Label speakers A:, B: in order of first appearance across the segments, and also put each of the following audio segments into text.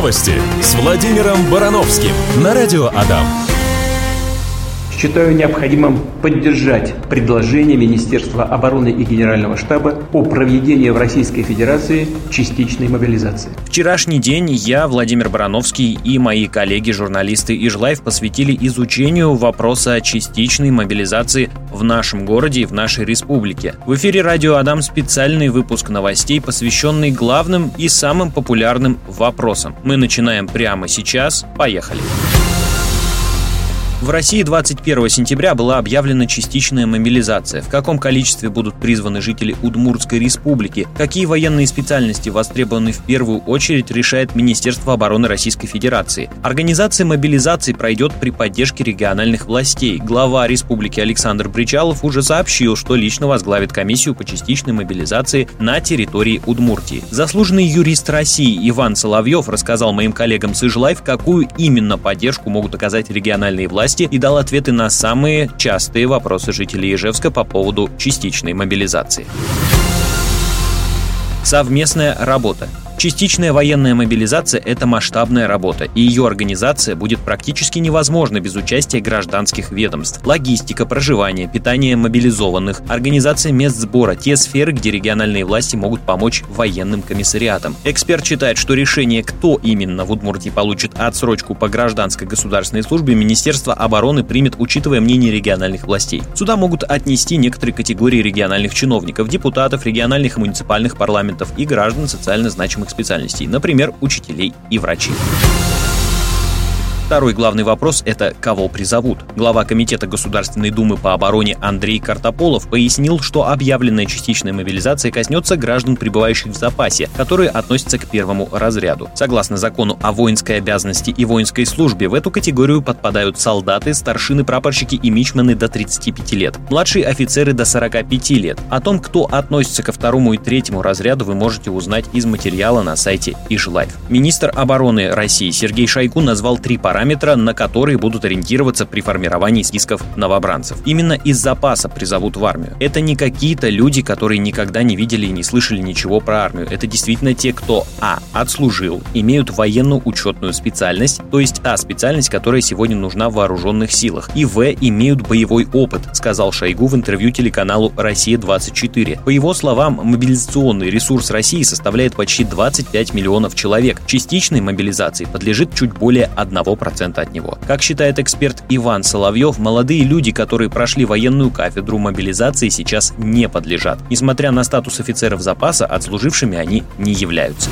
A: Новости с Владимиром Барановским на радио Адам.
B: Считаю необходимым поддержать предложение Министерства обороны и Генерального штаба о проведении в Российской Федерации частичной мобилизации.
C: Вчерашний день я, Владимир Барановский, и мои коллеги-журналисты ИжЛайф посвятили изучению вопроса частичной мобилизации в нашем городе и в нашей республике. В эфире радио Адам специальный выпуск новостей, посвященный главным и самым популярным вопросам. Мы начинаем прямо сейчас. Поехали! В России 21 сентября была объявлена частичная мобилизация. В каком количестве будут призваны жители Удмуртской республики, какие военные специальности востребованы в первую очередь, решает Министерство обороны Российской Федерации. Организация мобилизации пройдет при поддержке региональных властей. Глава республики Александр Бричалов уже сообщил, что лично возглавит комиссию по частичной мобилизации на территории Удмуртии. Заслуженный юрист России Иван Соловьев рассказал моим коллегам с ИжЛайф, какую именно поддержку могут оказать региональные власти, и дал ответы на самые частые вопросы жителей Ижевска по поводу частичной мобилизации. Совместная работа. Частичная военная мобилизация – это масштабная работа, и ее организация будет практически невозможна без участия гражданских ведомств. Логистика, проживание, питание мобилизованных, организация мест сбора – те сферы, где региональные власти могут помочь военным комиссариатам. Эксперт считает, что решение, кто именно в Удмуртии получит отсрочку по гражданской государственной службе, Министерство обороны примет, учитывая мнение региональных властей. Сюда могут отнести некоторые категории региональных чиновников, депутатов, региональных и муниципальных парламентов и граждан социально значимых специальностей, например, учителей и врачей. Второй главный вопрос – это кого призовут. Глава Комитета Государственной Думы по обороне Андрей Картополов пояснил, что объявленная частичная мобилизация коснется граждан, пребывающих в запасе, которые относятся к первому разряду. Согласно закону о воинской обязанности и воинской службе, в эту категорию подпадают солдаты, старшины, прапорщики и мичманы до 35 лет, младшие офицеры до 45 лет. О том, кто относится ко второму и третьему разряду, вы можете узнать из материала на сайте ИжЛайф. Министр обороны России Сергей Шойгу назвал 3 параметра, на которые будут ориентироваться при формировании списков новобранцев. Именно из запаса призовут в армию. Это не какие-то люди, которые никогда не видели и не слышали ничего про армию. Это действительно те, кто отслужил, имеют военную учетную специальность, то есть та специальность, которая сегодня нужна в вооруженных силах, и имеют боевой опыт, сказал Шойгу в интервью телеканалу «Россия-24». По его словам, мобилизационный ресурс России составляет почти 25 миллионов человек. Частичной мобилизации подлежит чуть более 1% от него. Как считает эксперт Иван Соловьев, молодые люди, которые прошли военную кафедру мобилизации, сейчас не подлежат. Несмотря на статус офицеров запаса, отслужившими они не являются.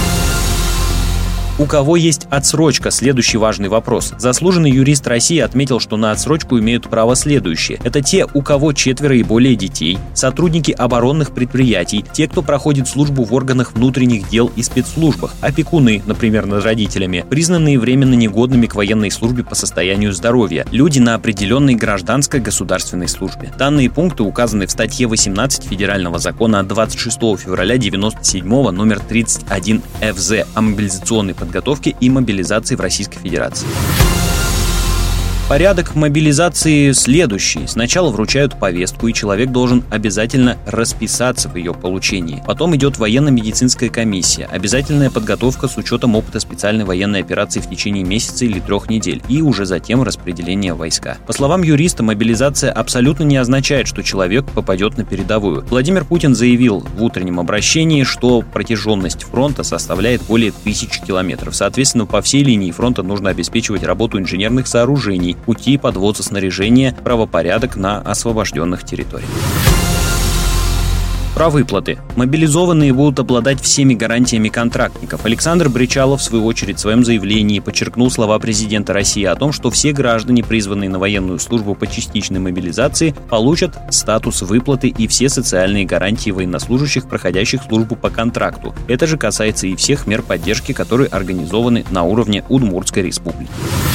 C: У кого есть отсрочка? Следующий важный вопрос. Заслуженный юрист России отметил, что на отсрочку имеют право следующие. Это те, у кого 4 и более детей, сотрудники оборонных предприятий, те, кто проходит службу в органах внутренних дел и спецслужбах, опекуны, например, над родителями, признанные временно негодными к военной службе по состоянию здоровья, люди на определенной гражданской государственной службе. Данные пункты указаны в статье 18 Федерального закона от 26 февраля 1997 номер 31 ФЗ о мобилизационной подготовки и мобилизации в Российской Федерации. Порядок мобилизации следующий. Сначала вручают повестку, и человек должен обязательно расписаться в ее получении. Потом идет военно-медицинская комиссия, обязательная подготовка с учетом опыта специальной военной операции в течение месяца или 3 недель, и уже затем распределение в войска. По словам юриста, мобилизация абсолютно не означает, что человек попадет на передовую. Владимир Путин заявил в утреннем обращении, что протяженность фронта составляет более 1000 километров. Соответственно, по всей линии фронта нужно обеспечивать работу инженерных сооружений, пути подвоза снаряжения, правопорядок на освобожденных территориях. Про выплаты. Мобилизованные будут обладать всеми гарантиями контрактников. Александр Бричалов, в свою очередь, в своем заявлении подчеркнул слова президента России о том, что все граждане, призванные на военную службу по частичной мобилизации, получат статус выплаты и все социальные гарантии военнослужащих, проходящих службу по контракту. Это же касается и всех мер поддержки, которые организованы на уровне Удмуртской республики.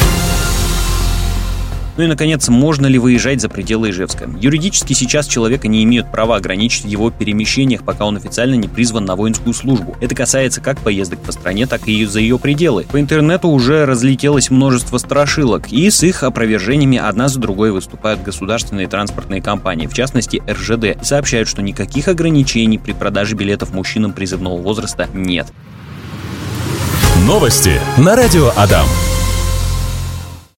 C: Ну и, наконец, можно ли выезжать за пределы Ижевска? Юридически сейчас человека не имеют права ограничить в его перемещениях, пока он официально не призван на воинскую службу. Это касается как поездок по стране, так и за ее пределы. По интернету уже разлетелось множество страшилок, и с их опровержениями одна за другой выступают государственные транспортные компании, в частности РЖД, и сообщают, что никаких ограничений при продаже билетов мужчинам призывного возраста нет.
A: Новости на радио Адам.